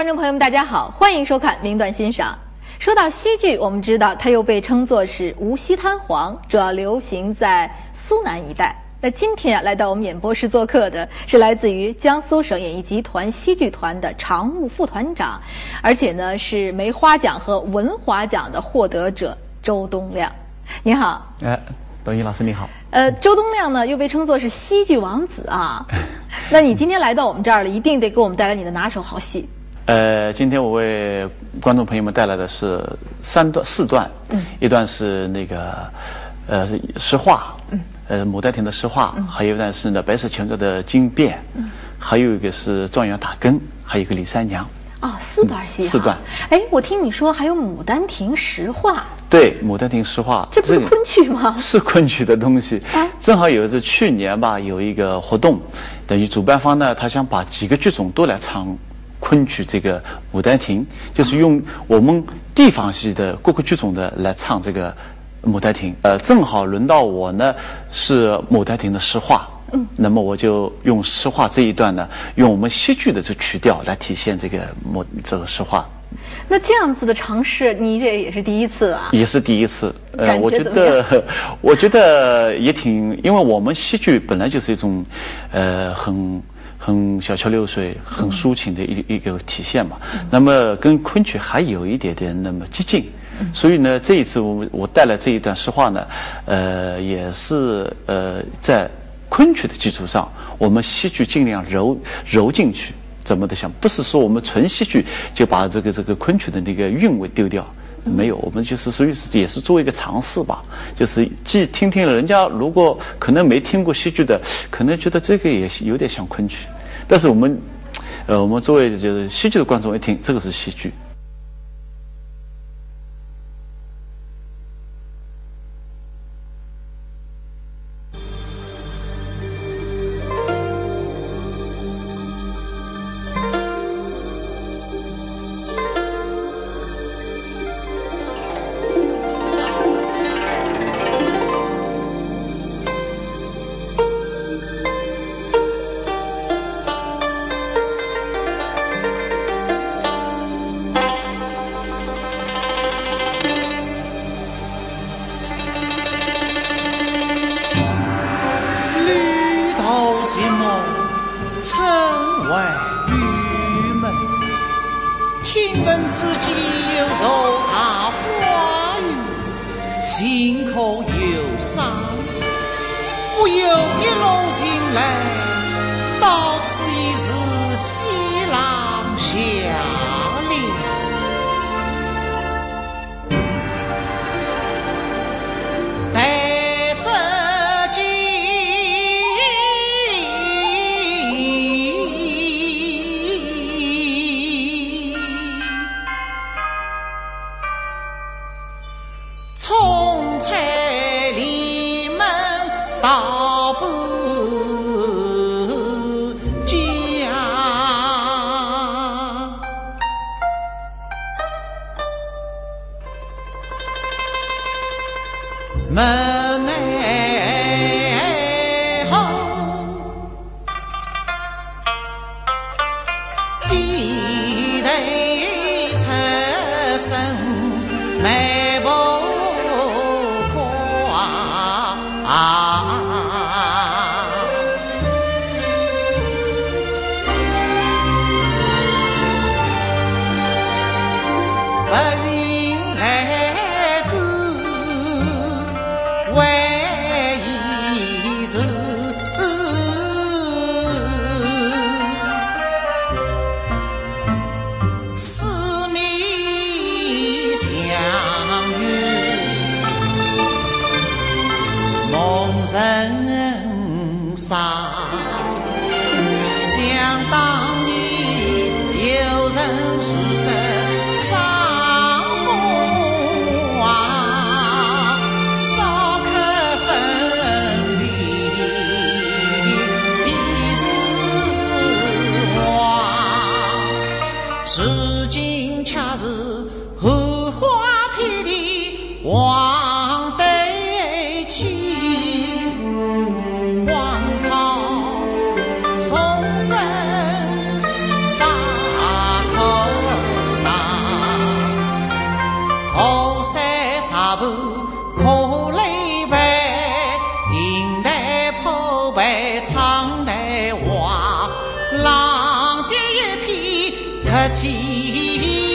观众朋友们，大家好，欢迎收看《名段欣赏》。说到戏剧，我们知道它又被称作是无锡滩黄，主要流行在苏南一带。那今天来到我们演播室做客的是来自于江苏省演艺集团戏剧团的常务副团长，而且呢是梅花奖和文华奖的获得者周东亮。你好。 董一老师你好。 周东亮呢又被称作是戏剧王子啊。那你今天来到我们这儿了，一定得给我们带来你的拿手好戏。 今天我为观众朋友们带来的是四段，一段是那个诗画，牡丹亭的诗画，还有一段是呢白蛇传说的经变，还有一个是状元打更，还有一个李三娘。 哦，四段戏。 四段。 哎，我听你说还有牡丹亭诗画。 对，牡丹亭诗画， 这不是昆曲吗？ 是昆曲的东西。正好有一次去年吧，有一个活动，等于主办方呢，他想把几个剧种都来唱昆曲这个牡丹亭，就是用我们地方戏的各个剧种的来唱这个牡丹亭。正好轮到我呢是牡丹亭的诗画，那么我就用诗画这一段呢，用我们戏剧的这曲调来体现这个诗画。 那这样子的尝试，你这也是第一次啊？也是第一次。 感觉怎么样？ 我觉得也挺，因为我们戏剧本来就是一种，很小桥流水、很抒情的一个体现嘛。那么跟昆曲还有一点点那么接近，所以呢，这一次我带来这一段诗画呢，也是在昆曲的基础上，我们戏剧尽量揉进去。怎么的想？不是说我们纯戏剧就把这个昆曲的那个韵味丢掉，没有，我们就是属于也是做一个尝试吧，就是既听了人家如果可能没听过戏剧的，可能觉得这个也有点像昆曲，但是我们作为就是戏剧的观众一听，这个是戏剧。 如今恰是荷花遍地望得起，荒草丛生大口特天。